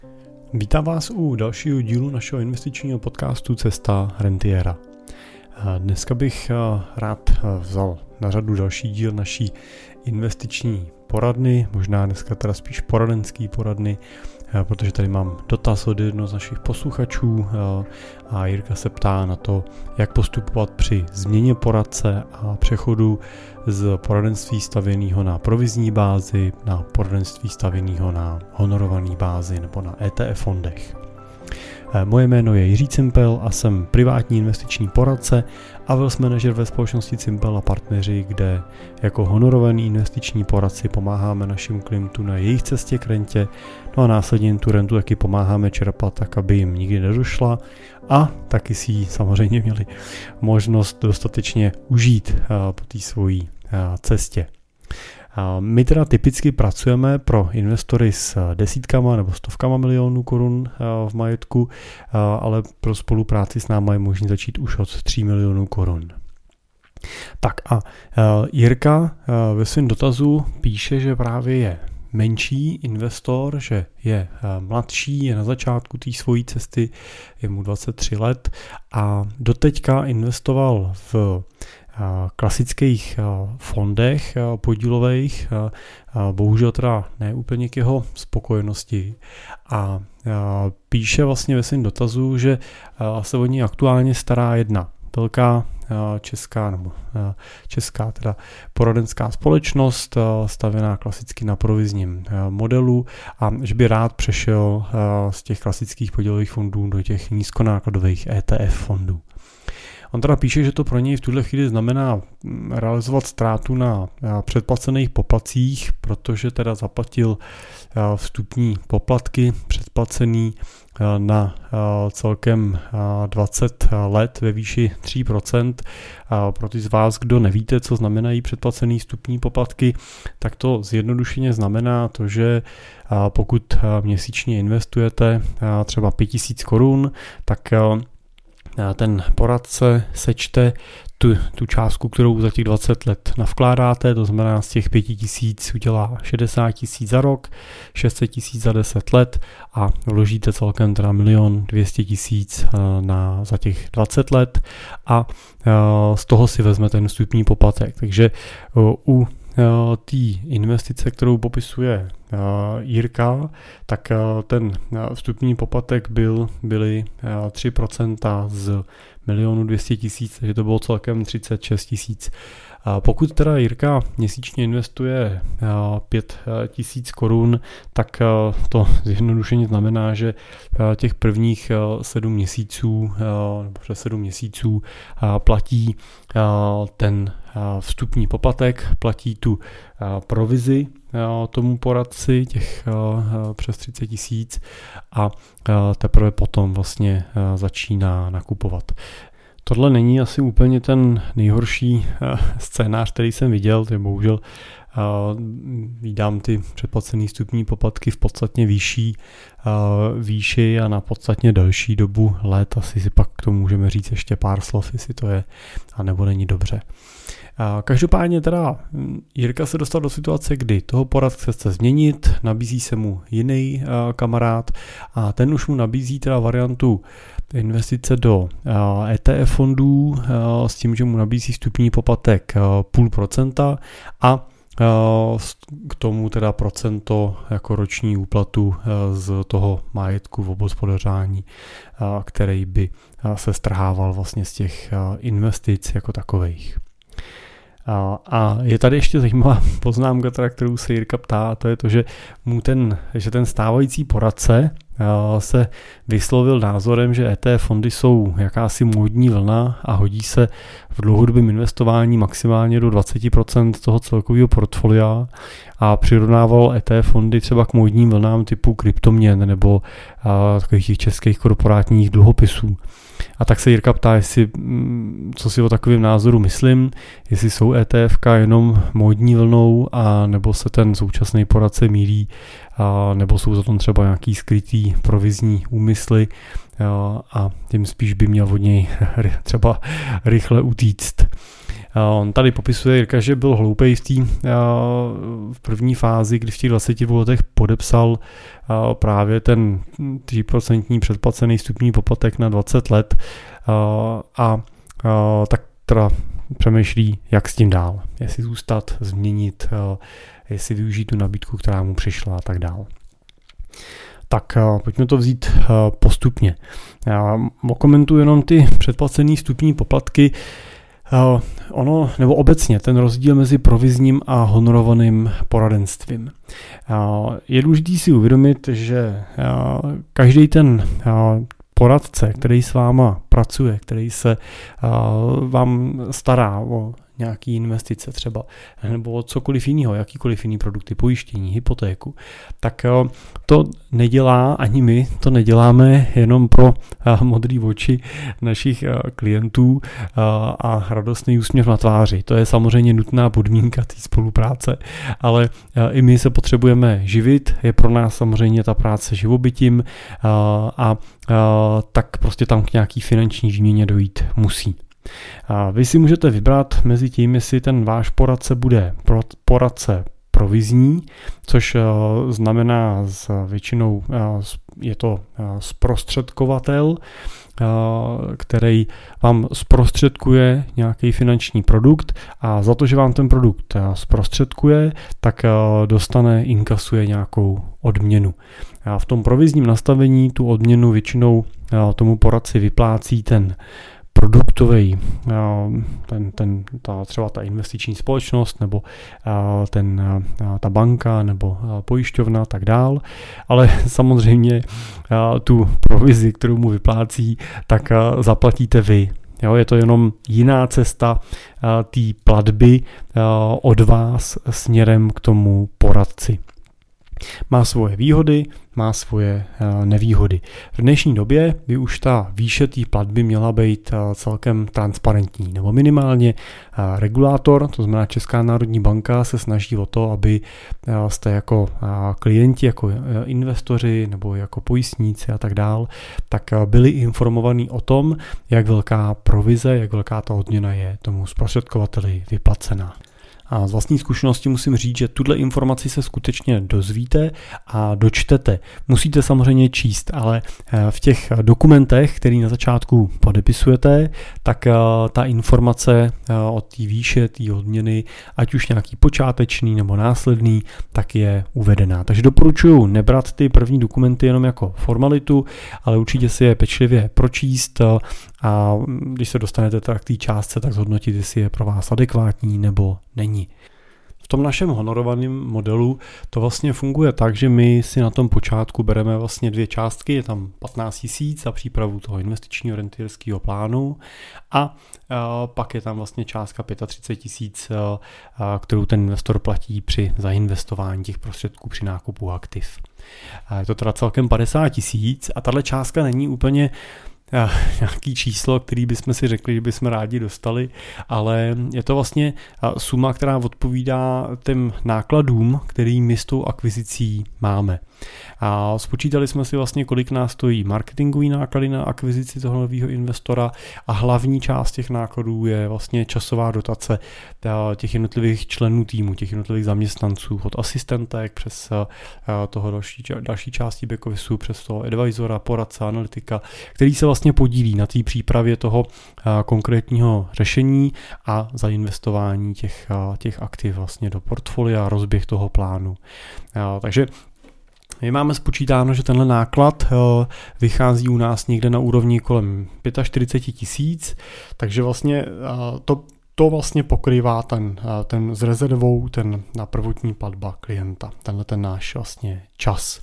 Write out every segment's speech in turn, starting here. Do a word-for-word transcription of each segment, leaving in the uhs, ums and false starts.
Vítám vás u dalšího dílu našeho investičního podcastu Cesta rentiera. Dneska bych rád vzal na řadu další díl naší investiční poradny, možná dneska teda spíš poradenský poradny, protože tady mám dotaz od jednoho z našich posluchačů a Jirka se ptá na to, jak postupovat při změně poradce a přechodu z poradenství stavěného na provizní bázi na poradenství stavěného na honorované bázi nebo na E T F fondech. Moje jméno je Jiří Cimpel a jsem privátní investiční poradce a wealth manager ve společnosti Cimpel a partneři, kde jako honorovaný investiční poradci pomáháme našim klientům na jejich cestě k rentě, no a následně jim tu rentu taky pomáháme čerpat tak, aby jim nikdy nedošla a taky si ji samozřejmě měli možnost dostatečně užít po té svojí cestě. My teda typicky pracujeme pro investory s desítkama nebo stovkama milionů korun v majetku, ale pro spolupráci s námi je možné začít už od tří milionů korun. Tak a Jirka ve svém dotazu píše, že právě je menší investor, že je mladší, je na začátku té svojí cesty, je mu dvacet tři let a doteďka investoval v klasických fondech podílových, bohužel teda ne úplně k jeho spokojenosti a píše vlastně ve svém dotazu, že se o ní aktuálně stará jedna velká česká nebo česká teda poradenská společnost stavěná klasicky na provizním modelu a že by rád přešel z těch klasických podílových fondů do těch nízkonákladových E T F fondů. On teda píše, že to pro něj v tuhle chvíli znamená realizovat ztrátu na předplacených poplatcích, protože teda zaplatil vstupní poplatky předplacený na celkem dvacet let ve výši tři procenta. Pro ty z vás, kdo nevíte, co znamenají předplacený vstupní poplatky, tak to zjednodušeně znamená to, že pokud měsíčně investujete třeba pět tisíc korun, tak ten poradce sečte tu, tu částku, kterou za těch dvacet let navkládáte, to znamená z těch pět tisíc udělá šedesát tisíc za rok, šest set tisíc za deset let a vložíte celkem teda milion dvě stě tisíc na, za těch dvacet let a z toho si vezmete ten vstupní poplatek. Takže u té investice, kterou popisuje Jirka, tak ten vstupní poplatek byl, byly tři procenta z milionu dvě stě tisíc, takže to bylo celkem třicet šest tisíc. Pokud teda Jirka měsíčně investuje pět tisíc korun, tak to zjednodušeně znamená, že těch prvních sedm měsíců nebo přes sedm měsíců platí ten vstupní poplatek, platí tu provizi tomu poradci těch přes třicet tisíc a teprve potom vlastně začíná nakupovat. Tohle není asi úplně ten nejhorší scénář, který jsem viděl, takže bohužel vídám ty předplacený vstupní poplatky v podstatně vyšší výši a na podstatně delší dobu let. Asi si pak k tomu můžeme říct ještě pár slov, jestli to je a nebo není dobře. Každopádně teda Jirka se dostal do situace, kdy toho poradce chce změnit, nabízí se mu jiný kamarád a ten už mu nabízí teda variantu investice do E T F fondů s tím, že mu nabízí vstupní poplatek půl procenta a k tomu teda procento jako roční úplatu z toho majetku v obhospodaření, který by se strhával vlastně z těch investic jako takových. A je tady ještě zajímavá poznámka, teda, kterou se Jirka ptá, a to je to, že mu ten, že ten stávající poradce se vyslovil názorem, že E T F fondy jsou jakási módní vlna a hodí se v dlouhodobém investování maximálně do dvacet procent toho celkového portfolia a přirovnával E T F fondy třeba k módním vlnám typu kryptoměn nebo takových těch českých korporátních dluhopisů. A tak se Jirka ptá, jestli, co si o takovém názoru myslím, jestli jsou E T F ka jenom módní vlnou a nebo se ten současný poradce mýlí nebo jsou za tom třeba nějaký skrytý provizní úmysly a tím spíš by měl od něj třeba rychle utíct. On tady popisuje, Jirka, že byl hloupej v té v první fázi, kdy v těch dvaceti dvou letech podepsal právě ten tři procenta předplacený vstupní poplatek na dvacet let a tak teda přemýšlí, jak s tím dál. Jestli zůstat, změnit, jestli využít tu nabídku, která mu přišla a tak dál. Tak pojďme to vzít postupně. Já okomentuji jenom ty předplacený vstupní poplatky. Uh, ono, nebo obecně, ten rozdíl mezi provizním a honorovaným poradenstvím. Uh, je důležité si uvědomit, že uh, každý ten uh, poradce, který s váma pracuje, který se uh, vám stará o nějaký investice třeba, nebo cokoliv jiného, jakýkoliv jiný produkty, pojištění, hypotéku, tak to nedělá, ani my to neděláme jenom pro modrý oči našich klientů a radostný úsměv na tváři. To je samozřejmě nutná podmínka té spolupráce, ale i my se potřebujeme živit, je pro nás samozřejmě ta práce živobytím a tak prostě tam k nějaký finanční výměně dojít musí. A vy si můžete vybrat mezi tím, jestli ten váš poradce bude poradce provizní, což znamená s většinou je to zprostředkovatel, který vám zprostředkuje nějaký finanční produkt a za to, že vám ten produkt zprostředkuje, tak dostane, inkasuje nějakou odměnu. A v tom provizním nastavení tu odměnu většinou tomu poradci vyplácí ten produktový, ten, ten, ta, třeba ta investiční společnost nebo ten, ta banka nebo pojišťovna a tak dál, ale samozřejmě tu provizi, kterou mu vyplácí, tak zaplatíte vy. Jo, je to jenom jiná cesta té platby od vás směrem k tomu poradci. Má svoje výhody, má svoje nevýhody. V dnešní době by už ta výše té platby měla být celkem transparentní, nebo minimálně regulátor, to znamená Česká národní banka, se snaží o to, aby jste jako klienti, jako investoři nebo jako pojistníci a tak dál, tak byli informovaní o tom, jak velká provize, jak velká ta odměna je tomu zprostředkovateli vyplacená. A z vlastní zkušenosti musím říct, že tuhle informaci se skutečně dozvíte a dočtete. Musíte samozřejmě číst, ale v těch dokumentech, který na začátku podepisujete, tak ta informace o té výše, té odměny, ať už nějaký počáteční nebo následný, tak je uvedená. Takže doporučuji nebrat ty první dokumenty jenom jako formalitu, ale určitě si je pečlivě pročíst a když se dostanete tak k té částce, tak zhodnotit, jestli je pro vás adekvátní nebo není. V tom našem honorovaném modelu to vlastně funguje tak, že my si na tom počátku bereme vlastně dvě částky, je tam patnáct tisíc za přípravu toho investičního rentierského plánu a pak je tam vlastně částka třicet pět tisíc, kterou ten investor platí při zainvestování těch prostředků při nákupu aktiv. Je to teda celkem padesát tisíc a tahle částka není úplně nějaký číslo, který bychom si řekli, že bychom rádi dostali, ale je to vlastně suma, která odpovídá těm nákladům, který my s tou akvizicí máme. A spočítali jsme si vlastně, kolik nás stojí marketingový náklady na akvizici toho nového investora a hlavní část těch nákladů je vlastně časová dotace těch jednotlivých členů týmu, těch jednotlivých zaměstnanců, od asistentek přes toho další, další části back officeu, přes toho advisora, poradce, analytika, který se vlastně podílí na té přípravě toho konkrétního řešení a zainvestování těch, těch aktiv vlastně do portfolia, rozběh toho plánu. Takže my máme spočítáno, že tenhle náklad vychází u nás někde na úrovni kolem čtyřicet pět tisíc, takže vlastně to, to vlastně pokrývá ten, ten s rezervou, ten na prvotní platba klienta, tenhle ten náš vlastně čas.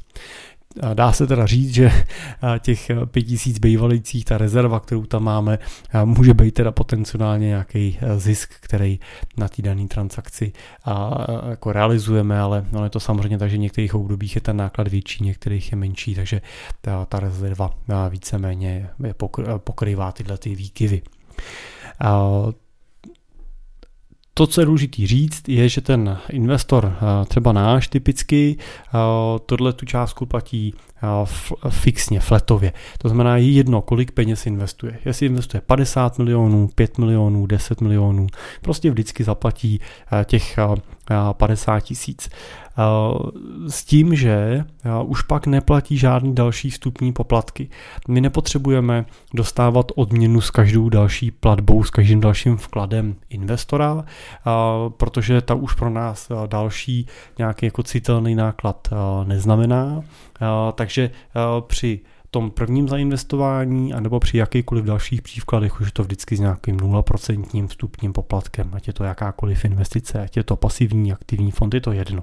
Dá se teda říct, že těch pět tisíc bývalících, ta rezerva, kterou tam máme, může být teda potenciálně nějaký zisk, který na té dané transakci jako realizujeme, ale no je to samozřejmě tak, že v některých obdobích je ten náklad větší, některých je menší, takže ta, ta rezerva víceméně pokrývá tyhle ty výkyvy. To, co je důležité říct, je, že ten investor, třeba náš typicky, tohle tu částku platí fixně, fletově. To znamená, je jedno, kolik peněz investuje. Jestli investuje padesát milionů, pět milionů, deset milionů, prostě vždycky zaplatí těch padesát tisíc. S tím, že už pak neplatí žádný další vstupní poplatky. My nepotřebujeme dostávat odměnu s každou další platbou, s každým dalším vkladem investora, protože ta už pro nás další nějaký jako citelný náklad neznamená. Takže při tom prvním zainvestování anebo při jakýkoliv dalších přívkladech už je to vždycky s nějakým nula procent vstupním poplatkem, ať je to jakákoliv investice, ať je to pasivní, aktivní fond, je to jedno.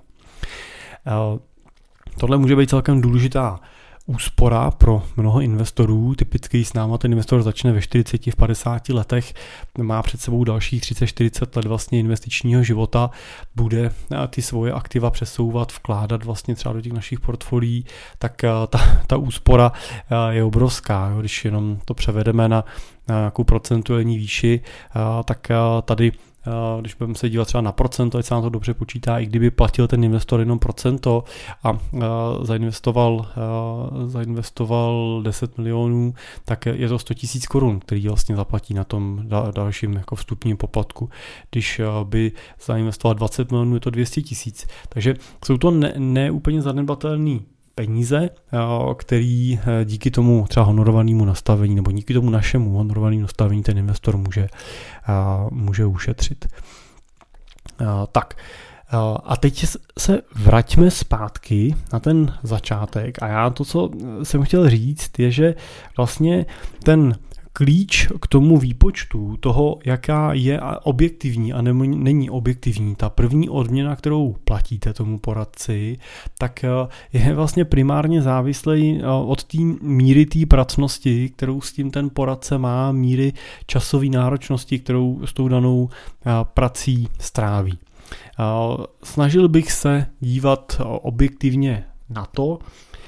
Tohle může být celkem důležitá úspora pro mnoho investorů. Typicky s náma ten investor začne ve čtyřiceti, v padesáti letech, má před sebou dalších třicet čtyřicet let vlastně investičního života, bude ty svoje aktiva přesouvat, vkládat vlastně třeba do těch našich portfolií, tak ta, ta úspora je obrovská. Když jenom to převedeme na, na nějakou procentuální výši, tak tady když budeme se dívat třeba na procento, ať se nám to dobře počítá, i kdyby platil ten investor jenom procento a zainvestoval, zainvestoval deset milionů, tak je to sto tisíc korun, který vlastně zaplatí na tom dalším jako vstupním poplatku. Když by zainvestoval dvacet milionů, je to dvě stě tisíc. Takže jsou to ne, ne úplně zanedbatelný peníze, který díky tomu třeba honorovanému nastavení nebo díky tomu našemu honorovanému nastavení ten investor může, může ušetřit. Tak a teď se vraťme zpátky na ten začátek a já to, co jsem chtěl říct, je, že vlastně ten klíč k tomu výpočtu toho, jaká je objektivní a není objektivní ta první odměna, kterou platíte tomu poradci, tak je vlastně primárně závislý od té míry té pracnosti, kterou s tím ten poradce má, míry časové náročnosti, kterou s tou danou prací stráví. Snažil bych se dívat objektivně na to,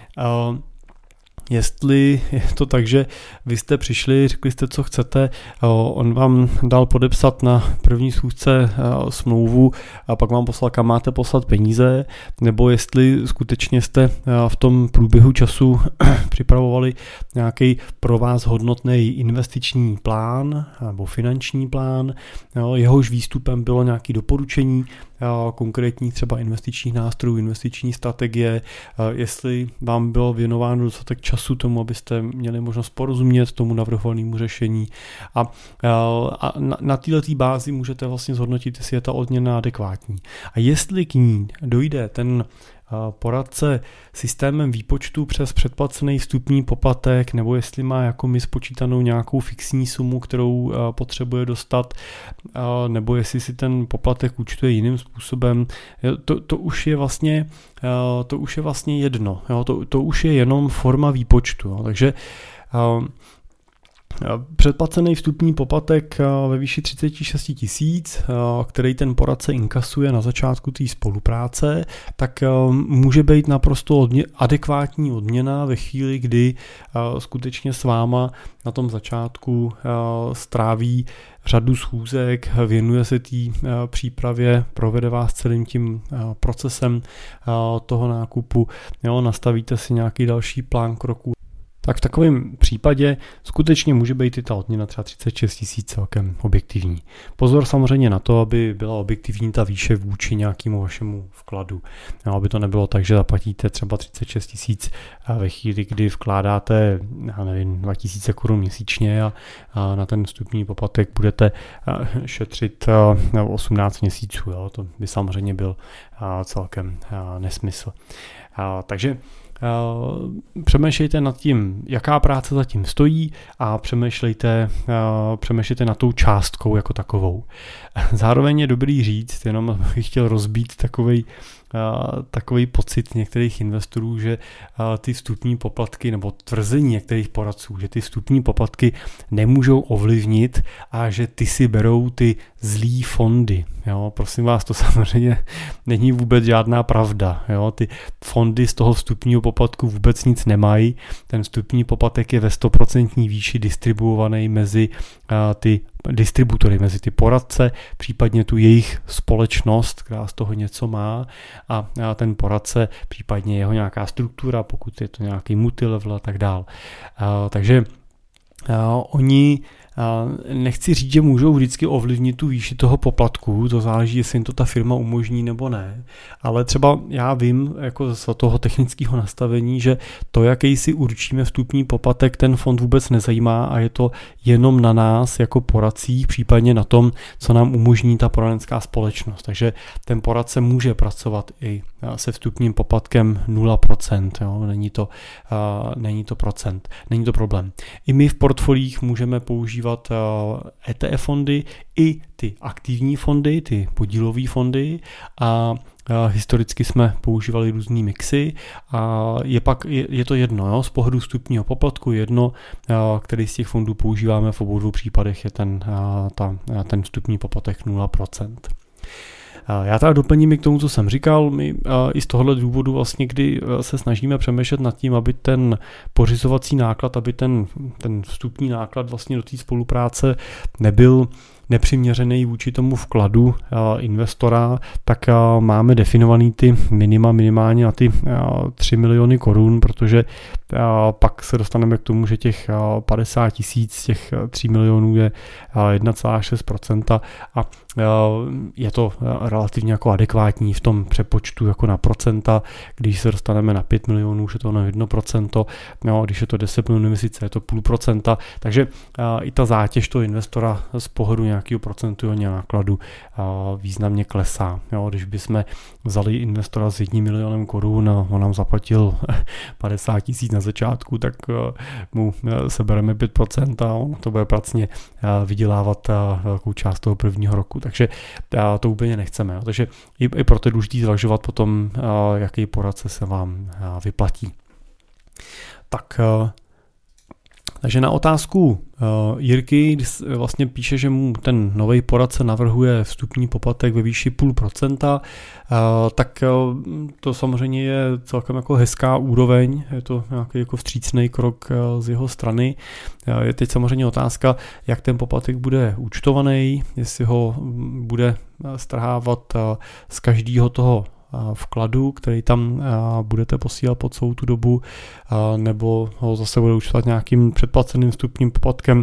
jestli je to tak, že vy jste přišli, řekli jste, co chcete, on vám dal podepsat na první schůzce smlouvu a pak vám poslal, kam máte poslat peníze, nebo jestli skutečně jste v tom průběhu času připravovali nějaký pro vás hodnotný investiční plán nebo finanční plán, jehož výstupem bylo nějaké doporučení konkrétních třeba investičních nástrojů, investiční strategie, jestli vám bylo věnováno dostatek času tomu, abyste měli možnost porozumět tomu navrhovanému řešení a, a na, na této bázi můžete vlastně zhodnotit, jestli je ta odměna adekvátní. A jestli k ní dojde ten poradce systémem výpočtu přes předplacený vstupní poplatek, nebo jestli má jako my spočítanou nějakou fixní sumu, kterou potřebuje dostat, nebo jestli si ten poplatek účtuje jiným způsobem, to, to už je vlastně to už je vlastně jedno, jo? To, to už je jenom forma výpočtu, jo? Takže předplacený vstupní poplatek ve výši třicet šest tisíc, který ten poradce inkasuje na začátku té spolupráce, tak může být naprosto odmě- adekvátní odměna ve chvíli, kdy skutečně s váma na tom začátku stráví řadu schůzek, věnuje se té přípravě, provede vás celým tím procesem toho nákupu, jo, nastavíte si nějaký další plán kroků. Tak v takovém případě skutečně může být i ta odměna třeba třicet šest tisíc celkem objektivní. Pozor samozřejmě na to, aby byla objektivní ta výše vůči nějakému vašemu vkladu. No, aby to nebylo tak, že zaplatíte třeba třicet šest tisíc ve chvíli, kdy vkládáte, já nevím, dva tisíce korun měsíčně a, a na ten vstupní poplatek budete šetřit osmnáct měsíců. Jo? To by samozřejmě byl celkem nesmysl. Takže Uh, přemýšlejte nad tím, jaká práce zatím stojí a přemýšlejte, uh, přemýšlejte nad tou částkou jako takovou. Zároveň je dobrý říct, jenom bych chtěl rozbít takovej, uh, takový pocit některých investorů, že uh, ty vstupní poplatky nebo tvrzení některých poradců, že ty vstupní poplatky nemůžou ovlivnit a že ty si berou ty zlý fondy. Jo, prosím vás, to samozřejmě není vůbec žádná pravda. Jo, ty fondy z toho vstupního poplatku vůbec nic nemají. Ten vstupní poplatek je ve sto procent výši distribuovaný mezi uh, ty distributory, mezi ty poradce, případně tu jejich společnost, která z toho něco má a ten poradce, případně jeho nějaká struktura, pokud je to nějaký multilevel a tak dál. Takže oni, nechci říct, že můžou vždycky ovlivnit tu výši toho poplatku, to záleží, jestli jim to ta firma umožní nebo ne, ale třeba já vím jako z toho technického nastavení, že to, jaký si určíme vstupní poplatek, ten fond vůbec nezajímá a je to jenom na nás jako poradcích, případně na tom, co nám umožní ta poradenská společnost. Takže ten poradce může pracovat i se vstupním poplatkem nula procent, jo? Není to, uh, není to procent, není to problém. I my v portfoliích můžeme používat E T F fondy i ty aktivní fondy, ty podílové fondy a historicky jsme používali různý mixy a je pak je, je to jedno, jo? Z pohledu vstupního poplatku jedno, který z těch fondů používáme, v obou dvou případech je ten, ta, ten vstupní poplatek nula procent. Já teda doplním i k tomu, co jsem říkal, my i z tohohle důvodu vlastně, kdy se snažíme přemýšlet nad tím, aby ten pořizovací náklad, aby ten, ten vstupní náklad vlastně do té spolupráce nebyl nepřiměřený vůči tomu vkladu investora, tak máme definovaný ty minima minimálně na ty tři miliony korun, protože pak se dostaneme k tomu, že těch padesát tisíc, těch tří milionů je jedna celá šest procenta a je to relativně jako adekvátní v tom přepočtu jako na procenta, když se dostaneme na pět milionů, už je to na jedno procento, no, když je to deset milionů investice, je to půl procenta, takže i ta zátěž toho investora z pohledu nějakého procentuálního nákladu významně klesá. Jo, když bychom vzali investora s jedním milionem korun a on nám zaplatil padesát tisíc na začátku, tak mu sebereme pět procent a on to bude pracně vydělávat velkou část toho prvního roku. Takže to úplně nechceme. Jo. Takže i, i proto je důležité zvažovat potom, jaký poradce se vám vyplatí. Tak Takže na otázku uh, Jirky, když vlastně píše, že mu ten nový poradce navrhuje vstupní poplatek ve výši půl procenta, uh, tak uh, to samozřejmě je celkem jako hezká úroveň, je to nějaký jako vstřícný krok uh, z jeho strany. Uh, je teď samozřejmě otázka, jak ten poplatek bude účtovaný, jestli ho bude strhávat uh, z každého toho vkladu, který tam budete posílat po celou tu dobu, nebo ho zase bude účtovat nějakým předplaceným vstupním poplatkem.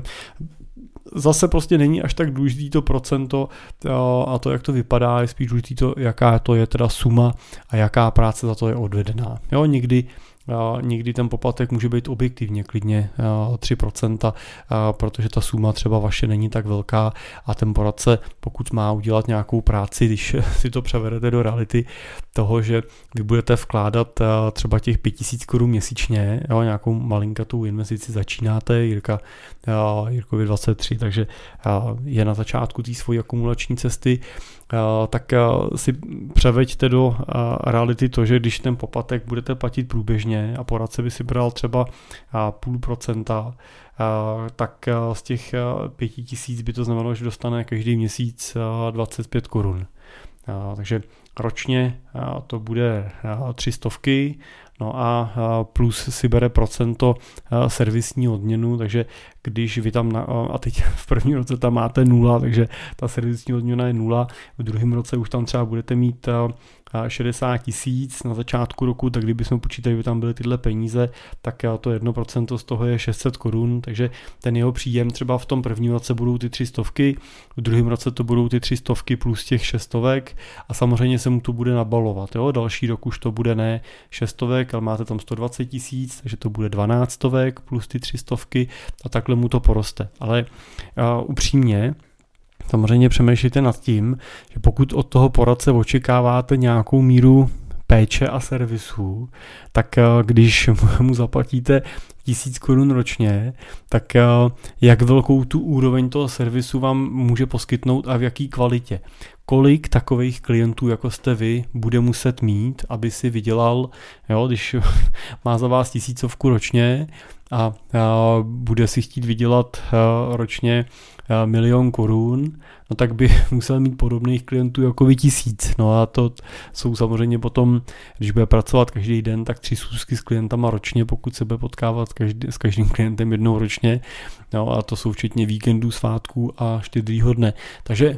Zase prostě není až tak důležitý to procento a to, jak to vypadá, je spíš důležitý to, jaká to je teda suma a jaká práce za to je odvedená. Jo, někdy Někdy ten poplatek může být objektivně klidně tři procenta, protože ta suma třeba vaše není tak velká a ten poradce, pokud má udělat nějakou práci, když si to převedete do reality toho, že vy budete vkládat třeba těch pět tisíc korun měsíčně, jo, nějakou malinkatou investici začínáte, Jirka, Jirkovi dvacet tři, takže je na začátku té svojí akumulační cesty, tak si převeďte do reality to, že když ten poplatek budete platit průběžně a poradce by si bral třeba půl procenta, tak z těch pěti tisíc by to znamenalo, že dostane každý měsíc dvacet pět korun. Takže ročně to bude tři stovky, no a plus si bere procento servisní odměnu, takže když vy tam, na, a teď v prvním roce tam máte nula, takže ta servisní odměna je nula, v druhém roce už tam třeba budete mít šedesát tisíc na začátku roku, tak kdybychom počítali, že by tam byly tyhle peníze, tak to jedno procento z toho je šest set korun, takže ten jeho příjem třeba v tom prvním roce budou ty tři stovky, v druhém roce to budou ty tři stovky plus těch šestovek a samozřejmě se mu to bude nabalovat. Jo? Další rok už to bude ne šestovek, ale máte tam sto dvacet tisíc, takže to bude dvanáctovek plus ty tři stovky a takhle mu to poroste. Ale uh, upřímně, samozřejmě přemýšlejte nad tím, že pokud od toho poradce očekáváte nějakou míru péče a servisu, tak když mu zaplatíte tisíc korun ročně, tak jak velkou tu úroveň toho servisu vám může poskytnout a v jaký kvalitě. kolik takových klientů, jako jste vy, bude muset mít, aby si vydělal, jo, když má za vás tisícovku ročně a, a bude si chtít vydělat a, ročně a, milion korun, no tak by musel mít podobných klientů jako vy tisíc. No a to jsou samozřejmě potom, když bude pracovat každý den, tak tři schůzky s klientama ročně, pokud se bude potkávat každý, s každým klientem jednou ročně. No a to jsou včetně víkendů, svátků a štědrýho dne. Takže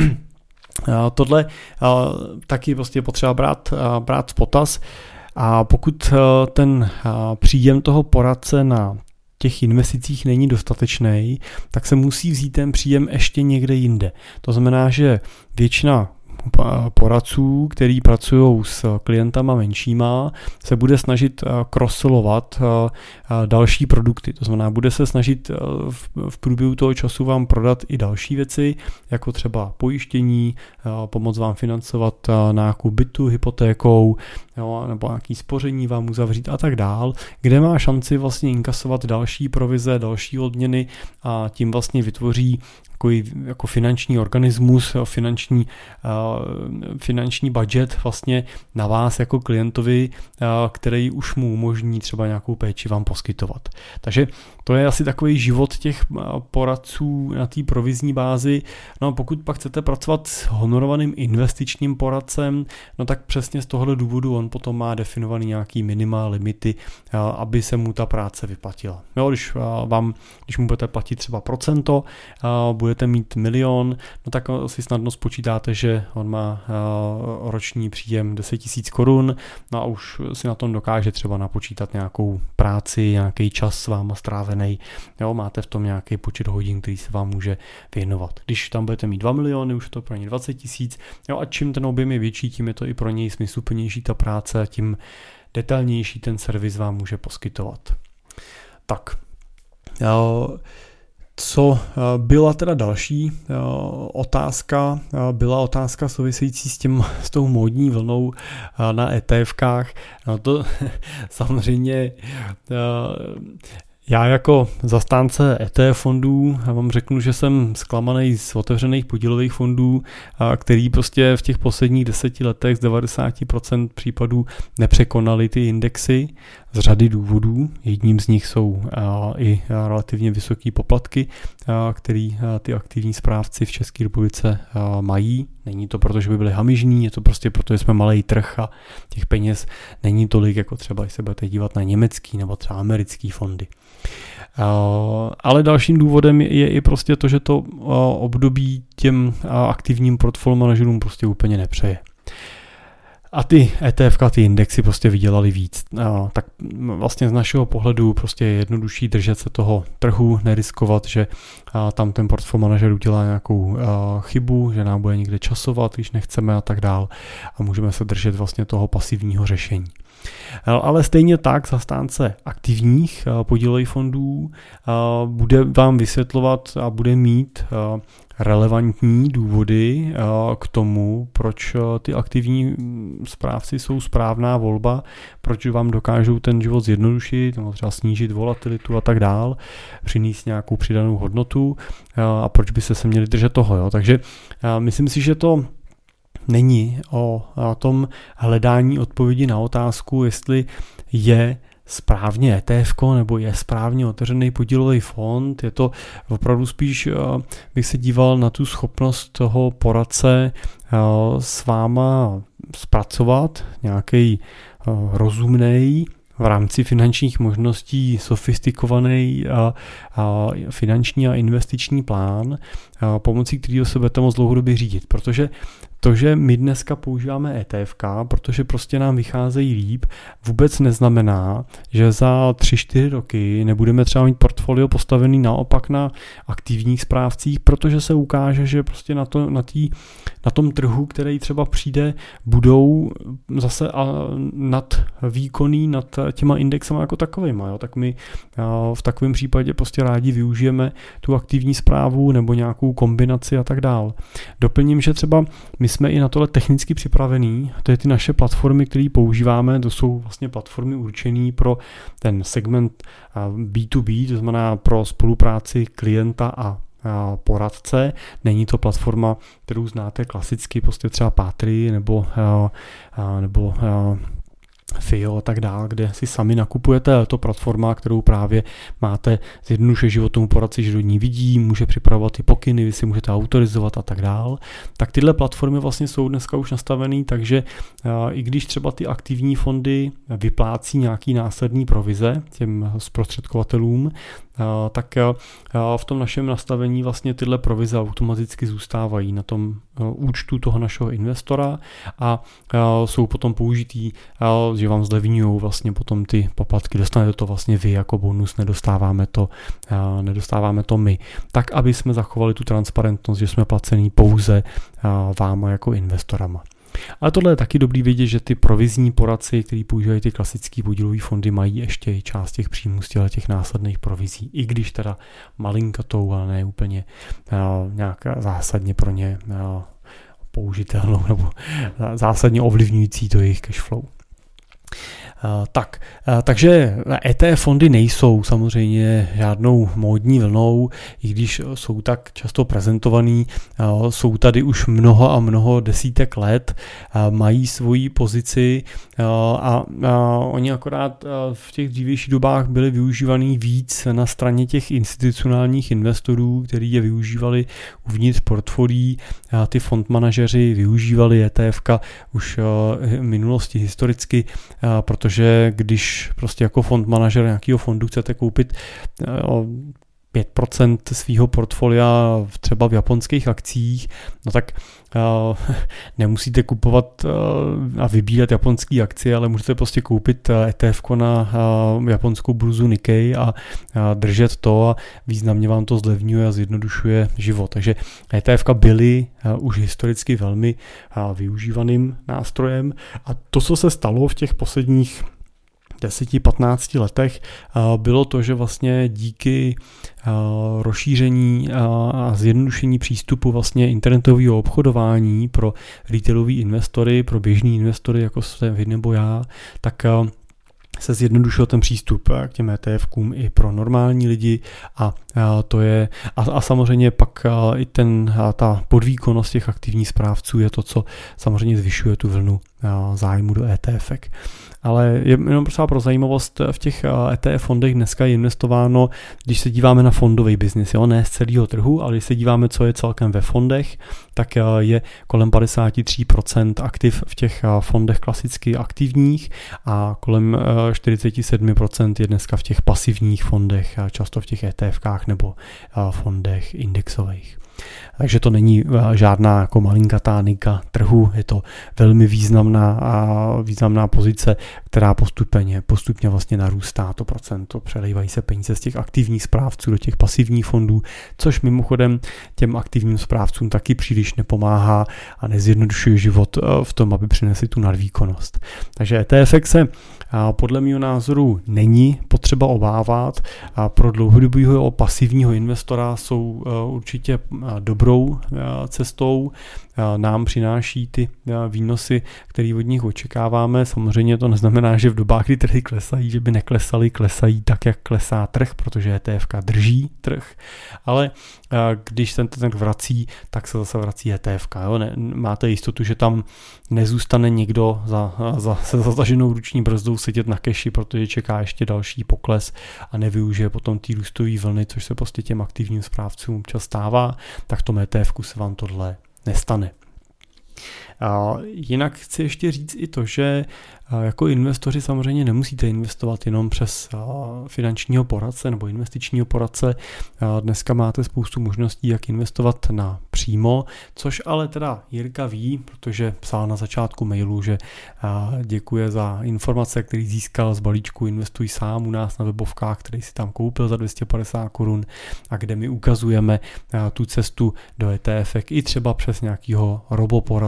tohle taky prostě potřeba brát, brát v potaz. A pokud ten příjem toho poradce na těch investicích není dostatečný, tak se musí vzít ten příjem ještě někde jinde. To znamená, že většina poradců, který pracují s klientama menšíma, se bude snažit cross-sellovat další produkty. To znamená, bude se snažit v průběhu toho času vám prodat i další věci, jako třeba pojištění, pomoct vám financovat nákup bytu hypotékou, jo, nebo nějaký spoření vám uzavřít a tak dál, kde má šanci vlastně inkasovat další provize, další odměny a tím vlastně vytvoří jako finanční organismus, finanční, finanční budget vlastně na vás jako klientovi, který už mu umožní třeba nějakou péči vám poskytovat. Takže to je asi takový život těch poradců na té provizní bázi. No a pokud pak chcete pracovat s honorovaným investičním poradcem, no tak přesně z tohohle důvodu on potom má definovaný nějaký minima, limity, aby se mu ta práce vyplatila. Jo, když vám, když mu budete platit třeba procento, budete mít milion, no tak si snadno spočítáte, že on má roční příjem deset tisíc korun, no a už si na tom dokáže třeba napočítat nějakou práci, nějaký čas s váma strávený, jo, máte v tom nějaký počet hodin, který se vám může věnovat. Když tam budete mít dva miliony, už je to pro ně dvacet tisíc, jo, a čím ten objem je větší, tím je to i pro něj smysluplnější ta práce, tím detailnější ten servis vám může poskytovat. Tak, jo, co byla teda další otázka, byla otázka související s, tím, s tou módní vlnou na é té efkách. No to samozřejmě já jako zastánce é té ef fondů vám řeknu, že jsem zklamaný z otevřených podílových fondů, který prostě v těch posledních deseti letech z devadesát procent případů nepřekonaly ty indexy z řady důvodů. Jedním z nich jsou i relativně vysoké poplatky, které ty aktivní správci v České republice mají. Není to proto, že by byli hamižní, je to prostě proto, že jsme malý trh a těch peněz není tolik, jako třeba, když se budete dívat na německý nebo třeba americký fondy. Ale dalším důvodem je i prostě to, že to období těm aktivním portfolio manažerům prostě úplně nepřeje. A ty é té efka, ty indexy prostě vydělali víc. A, tak vlastně z našeho pohledu prostě je jednodušší držet se toho trhu, neriskovat, že a, tam ten portfolio manažer udělá nějakou a, chybu, že nám bude někde časovat, když nechceme a tak dál. A můžeme se držet vlastně toho pasivního řešení. Ale stejně tak zastánce aktivních podílových fondů bude vám vysvětlovat a bude mít relevantní důvody k tomu, proč ty aktivní správci jsou správná volba, proč vám dokážou ten život zjednodušit, nebo třeba snížit volatilitu a tak dál, přinést nějakou přidanou hodnotu a proč by se se měli držet toho. Jo? Takže myslím si, že to není o tom hledání odpovědi na otázku, jestli je správně é té efko nebo je správně otevřený podílový fond. Je to opravdu spíš, bych se díval na tu schopnost toho poradce s váma zpracovat nějaký rozumnej, v rámci finančních možností sofistikovaný a, a finanční a investiční plán, a pomocí kterého se budete moc dlouhodobě řídit. Protože to, že my dneska používáme é té efka, protože prostě nám vycházejí líp, vůbec neznamená, že za tři čtyři roky nebudeme třeba mít portfolio postavený naopak na aktivních správcích, protože se ukáže, že prostě na, to, na, tý, na tom trhu, který třeba přijde, budou zase nad výkonný, nad těma indexama jako takovýma. Jo? Tak my v takovém případě prostě rádi využijeme tu aktivní správu nebo nějakou kombinaci a tak dál. Doplním, že třeba my jsme i na tohle technicky připravení, to je ty naše platformy, které používáme, to jsou vlastně platformy určené pro ten segment bé dvě bé, to znamená pro spolupráci klienta a poradce. Není to platforma, kterou znáte klasicky, prostě třeba Patry nebo, nebo F I O a tak dále, kde si sami nakupujete. Je to platforma, kterou právě máte zjednodušit život tomu poradci, že do ní vidí, může připravovat ty pokyny, vy si můžete autorizovat a tak dále. Tak tyhle platformy vlastně jsou dneska už nastavený, takže i když třeba ty aktivní fondy vyplácí nějaký následný provize těm zprostředkovatelům, tak v tom našem nastavení vlastně tyhle provize automaticky zůstávají na tom účtu toho našeho investora a jsou potom použitý, že vám zlevňují vlastně potom ty poplatky, dostanete to vlastně vy jako bonus, nedostáváme to, nedostáváme to my. Tak, aby jsme zachovali tu transparentnost, že jsme placený pouze váma jako investorama. Ale tohle je taky dobrý vědět, že ty provizní poradci, kteří používají ty klasické podílové fondy, mají ještě i část těch příjmů z těch následných provizí, i když teda malinkatou, ale ne úplně uh, nějaká zásadně pro ně uh, použitelnou nebo zásadně ovlivňující to jejich cash flow. Uh, tak, uh, takže E T F fondy nejsou samozřejmě žádnou módní vlnou, i když jsou tak často prezentovaný, uh, jsou tady už mnoho a mnoho desítek let, uh, mají svoji pozici uh, a uh, oni akorát uh, v těch dřívějších dobách byli využívaný víc na straně těch institucionálních investorů, kteří je využívali uvnitř portfolií. Uh, ty fond manažeři využívali E T F ka už uh, v minulosti historicky, uh, protože Protože když prostě jako fond manažer nějakého fondu chcete koupit pět procent svého portfolia třeba v japonských akcích, no tak uh, nemusíte kupovat uh, a vybírat japonské akcie, ale můžete prostě koupit E T F ko na uh, japonskou burzu Nikkei a uh, držet to a významně vám to zlevňuje a zjednodušuje život. Takže E T F ka byly uh, už historicky velmi uh, využívaným nástrojem a to, co se stalo v těch posledních deset patnáct letech, bylo to, že vlastně díky rozšíření a zjednodušení přístupu vlastně internetového obchodování pro retailový investory, pro běžný investory, jako jste vy nebo já, tak se zjednodušil ten přístup k těm E T F kům i pro normální lidi a to je a, a samozřejmě pak i ten, ta podvýkonnost těch aktivních správců je to, co samozřejmě zvyšuje tu vlnu zájmu do E T F ek. Ale je jenom pro zajímavost, v těch E T F fondech dneska je investováno, když se díváme na fondový biznis, jo, ne z celého trhu, ale když se díváme, co je celkem ve fondech, tak je kolem padesát tři procent aktiv v těch fondech klasicky aktivních a kolem čtyřicet sedm procent je dneska v těch pasivních fondech, často v těch E T F kách nebo fondech indexových. Takže to není žádná jako malinkatá nika trhu, je to velmi významná a významná pozice, která postupně, postupně vlastně narůstá to procento, přelejvají se peníze z těch aktivních správců do těch pasivních fondů, což mimochodem těm aktivním správcům taky příliš nepomáhá a nezjednodušuje život v tom, aby přinesli tu nadvýkonnost. Takže E T F ek se podle mého názoru není potřeba obávat a pro dlouhodobého pasivního investora jsou určitě dobrou cestou, nám přináší ty výnosy, které od nich očekáváme. Samozřejmě to neznamená, že v dobách, kdy trhy klesají, že by neklesaly, klesají tak, jak klesá trh, protože E T F ka drží trh, ale když ten trh vrací, tak se zase vrací E T F ka. Jo? Ne, máte jistotu, že tam nezůstane někdo za, za, se zataženou ruční brzdou sedět na keši, protože čeká ještě další pokles a nevyužije potom ty růstové vlny, což se prostě těm aktivním správcům občas stává, tak v tom E T F ku se vám tohle nestane. A jinak chci ještě říct i to, že jako investoři samozřejmě nemusíte investovat jenom přes finančního poradce nebo investičního poradce. Dneska máte spoustu možností, jak investovat na přímo, což ale teda Jirka ví, protože psal na začátku mailu, že děkuje za informace, který získal z balíčku Investuj sám u nás na webovkách, který si tam koupil za dvě stě padesát korun a kde my ukazujeme tu cestu do E T F ek i třeba přes nějakého roboporadce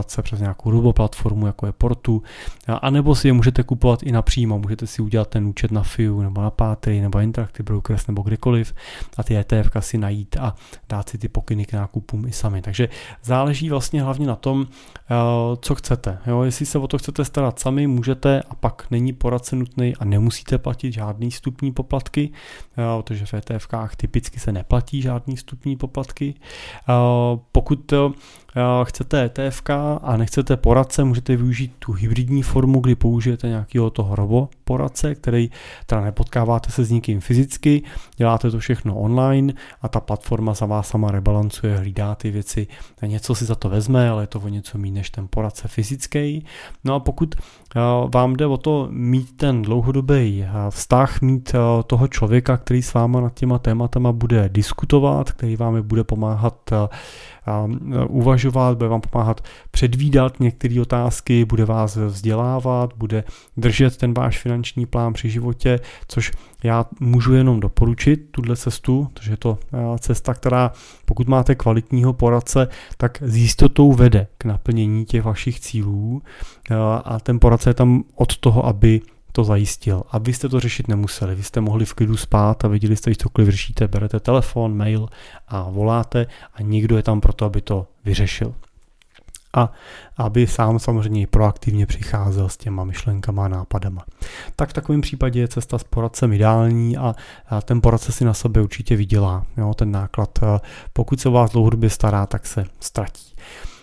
poradce přes nějakou roboplatformu, jako je Portu, a nebo si je můžete kupovat i napřímo, můžete si udělat ten účet na F I U nebo na Patry nebo Interactive Brokers nebo kdekoliv a ty E T F si najít a dát si ty pokyny k nákupům i sami. Takže záleží vlastně hlavně na tom, co chcete. Jo, jestli se o to chcete starat sami, můžete a pak není poradce nutný a nemusíte platit žádný vstupní poplatky, protože v E T F kách typicky se neplatí žádný vstupní poplatky. Pokud chcete E T F ka a nechcete poradce, můžete využít tu hybridní formu, kdy použijete nějakého toho robo poradce, který teda nepotkáváte se s nikým fyzicky, děláte to všechno online a ta platforma za vás sama rebalancuje, hlídá ty věci, něco si za to vezme, ale je to o něco méně než ten poradce fyzický. No a pokud vám jde o to mít ten dlouhodobý vztah, mít toho člověka, který s váma nad těma tématama bude diskutovat, který vám bude pomáhat uvažovat, bude vám pomáhat předvídat některé otázky, bude vás vzdělávat, bude držet ten váš finanční plán při životě, což já můžu jenom doporučit, tuhle cestu, protože je to cesta, která pokud máte kvalitního poradce, tak s jistotou vede k naplnění těch vašich cílů a ten poradce je tam od toho, aby to zajistil. A vy jste to řešit nemuseli. Vy jste mohli v klidu spát a věděli jste, že cokoliv řešíte, berete telefon, mail a voláte a někdo je tam proto, aby to vyřešil. A aby sám samozřejmě proaktivně přicházel s těma myšlenkama a nápadama. Tak v takovém případě je cesta s poradcem ideální a ten poradce si na sobě určitě vydělá. Jo, ten náklad, pokud se o vás dlouhodobě stará, tak se ztratí.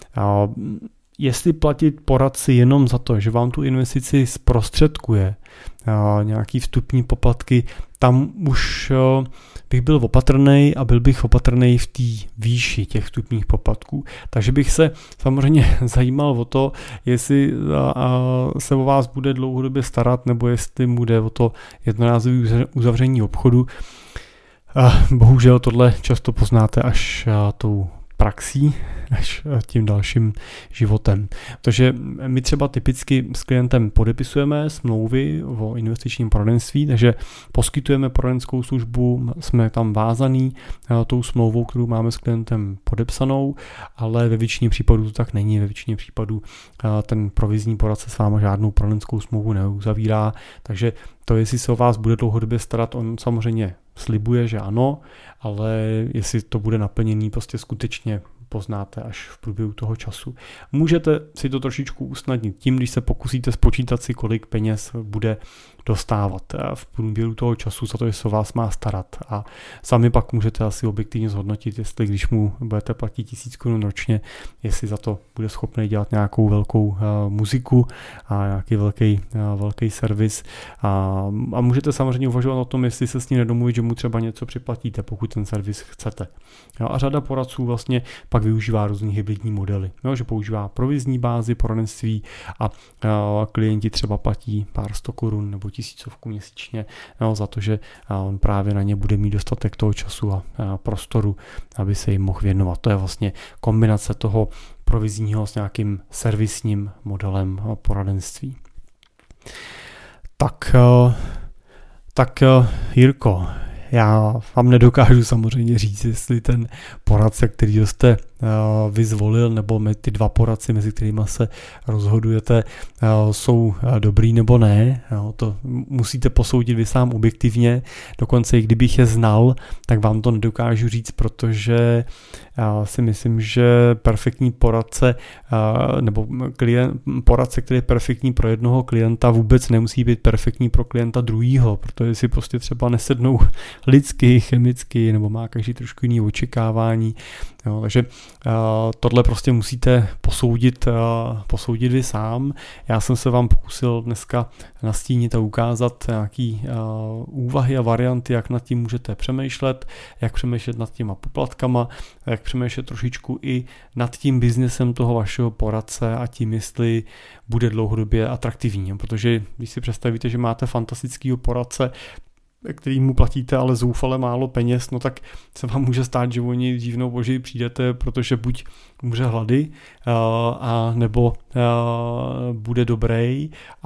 Jestli platit poradci jenom za to, že vám tu investici zprostředkuje nějaký vstupní poplatky, tam už bych byl opatrnej a byl bych opatrnej v té výši těch vstupních poplatků. Takže bych se samozřejmě zajímal o to, jestli se o vás bude dlouhodobě starat, nebo jestli mu jde o to jednorázové uzavření obchodu. Bohužel tohle často poznáte až tou praxí, až tím dalším životem. Takže my třeba typicky s klientem podepisujeme smlouvy o investičním poradenství, takže poskytujeme poradenskou službu, jsme tam vázaný tou smlouvou, kterou máme s klientem podepsanou, ale ve většině případů to tak není. Ve většině případů ten provizní poradce s váma žádnou poradenskou smlouvu neuzavírá, takže to, jestli se o vás bude dlouhodobě starat, on samozřejmě slibuje, že ano, ale jestli to bude naplněný, prostě skutečně poznáte až v průběhu toho času. Můžete si to trošičku usnadnit tím, když se pokusíte spočítat si, kolik peněz bude dostávat v průběhu toho času za to, že se o vás má starat. A sami pak můžete asi objektivně zhodnotit, jestli když mu budete platit tisíc korun ročně, jestli za to bude schopný dělat nějakou velkou uh, muziku a nějaký velký, uh, velký servis. A, a můžete samozřejmě uvažovat o tom, jestli se s ním nedomluvit, že mu třeba něco připlatíte, pokud ten servis chcete. Jo, a řada poradců vlastně pak využívá různý hybridní modely, jo, že používá provizní bázi poradenství a, a klienti třeba platí pár sto korun nebo tisícovku měsíčně, jo, za to, že on právě na ně bude mít dostatek toho času a, a prostoru, aby se jim mohl věnovat. To je vlastně kombinace toho provizního s nějakým servisním modelem poradenství. Tak, tak Jirko, já vám nedokážu samozřejmě říct, jestli ten poradce, který jste uh, vyzvolil, nebo ty dva poradci, mezi kterými se rozhodujete, uh, jsou dobrý nebo ne. Jo, to musíte posoudit vy sám objektivně. Dokonce i kdybych je znal, tak vám to nedokážu říct, protože já si myslím, že perfektní poradce uh, nebo klient, poradce, který je perfektní pro jednoho klienta, vůbec nemusí být perfektní pro klienta druhýho, protože si prostě třeba nesednou lidsky, chemicky, nebo má každý trošku jiný očekávání. Jo, takže uh, tohle prostě musíte posoudit, uh, posoudit vy sám. Já jsem se vám pokusil dneska nastínit a ukázat nějaký uh, úvahy a varianty, jak nad tím můžete přemýšlet, jak přemýšlet nad těma poplatkama, jak přemýšlet trošičku i nad tím biznesem toho vašeho poradce a tím, jestli bude dlouhodobě atraktivní. Protože když si představíte, že máte fantastického poradce, který mu platíte ale zoufale málo peněz, no tak se vám může stát, že o něj dřív nebo později přijdete, protože buď umře hlady, uh, a nebo uh, bude dobrý a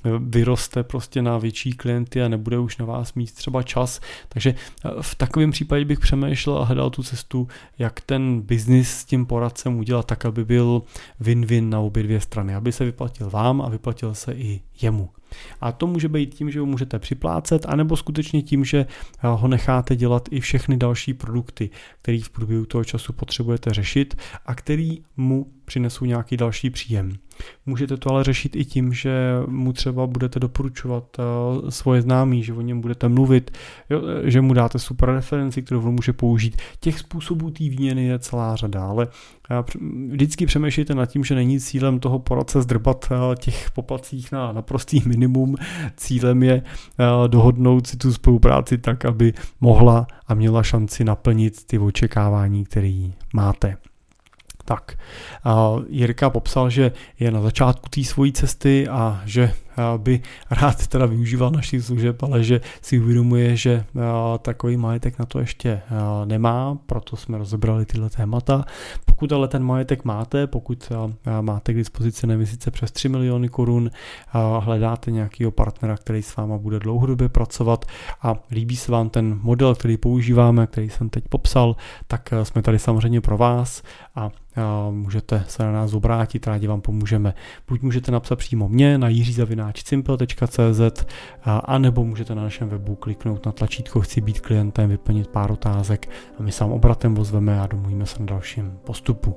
vyroste prostě na větší klienty a nebude už na vás mít třeba čas. Takže v takovém případě bych přemýšlel a hledal tu cestu, jak ten biznis s tím poradcem udělat tak, aby byl win-win na obě dvě strany, aby se vyplatil vám a vyplatil se i jemu. A to může být tím, že ho můžete připlácet, anebo skutečně tím, že ho necháte dělat i všechny další produkty, které v průběhu toho času potřebujete řešit a který mu přinesou nějaký další příjem. Můžete to ale řešit i tím, že mu třeba budete doporučovat uh, svoje známí, že o něm budete mluvit, jo, že mu dáte super referenci, kterou on může použít. Těch způsobů té výměny je celá řada, ale uh, vždycky přemýšlejte nad tím, že není cílem toho poradce zdrbat uh, těch poplatcích na naprostý minimum. Cílem je uh, dohodnout si tu spolupráci tak, aby mohla a měla šanci naplnit ty očekávání, které máte. Tak, Jirka popsal, že je na začátku té svojí cesty a že by rád teda využíval našich služeb, ale že si uvědomuje, že takový majetek na to ještě nemá, proto jsme rozebrali tyhle témata. Pokud ale ten majetek máte, pokud máte k dispozici investice přes tři miliony korun, hledáte nějakého partnera, který s váma bude dlouhodobě pracovat a líbí se vám ten model, který používáme, který jsem teď popsal, tak jsme tady samozřejmě pro vás a můžete se na nás obrátit, rádi vám pomůžeme. Buď můžete napsat přímo mě na jiří zavináč simple tečka cé zet a nebo můžete na našem webu kliknout na tlačítko chci být klientem, vyplnit pár otázek a my sám obratem ozveme a domluvíme se na dalším postupu.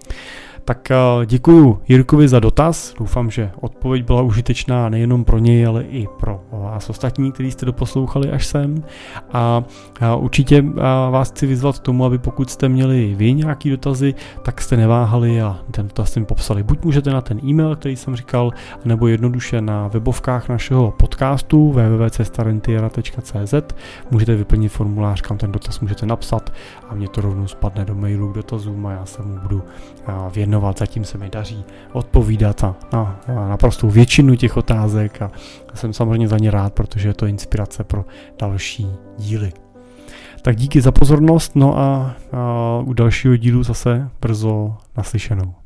Tak děkuju Jirkovi za dotaz, doufám, že odpověď byla užitečná nejenom pro něj, ale i pro vás ostatní, kteří jste doposlouchali až sem a určitě vás chci vyzvat k tomu, aby pokud jste měli vy nějaký dotazy, tak jste neváhali a ten dotaz jste mi popsali. Buď můžete na ten e-mail, který jsem říkal, nebo jednoduše na webovkách našeho podcastu w w w tečka cesta rentiera tečka cé zet můžete vyplnit formulář, kam ten dotaz můžete napsat a mě to rovnou spadne do mailu k dotazům a já se mu budu věnovat. Zatím se mi daří odpovídat na, na, na naprostou většinu těch otázek a jsem samozřejmě za ně rád, protože je to inspirace pro další díly. Tak díky za pozornost, no a, a u dalšího dílu zase brzo naslyšenou.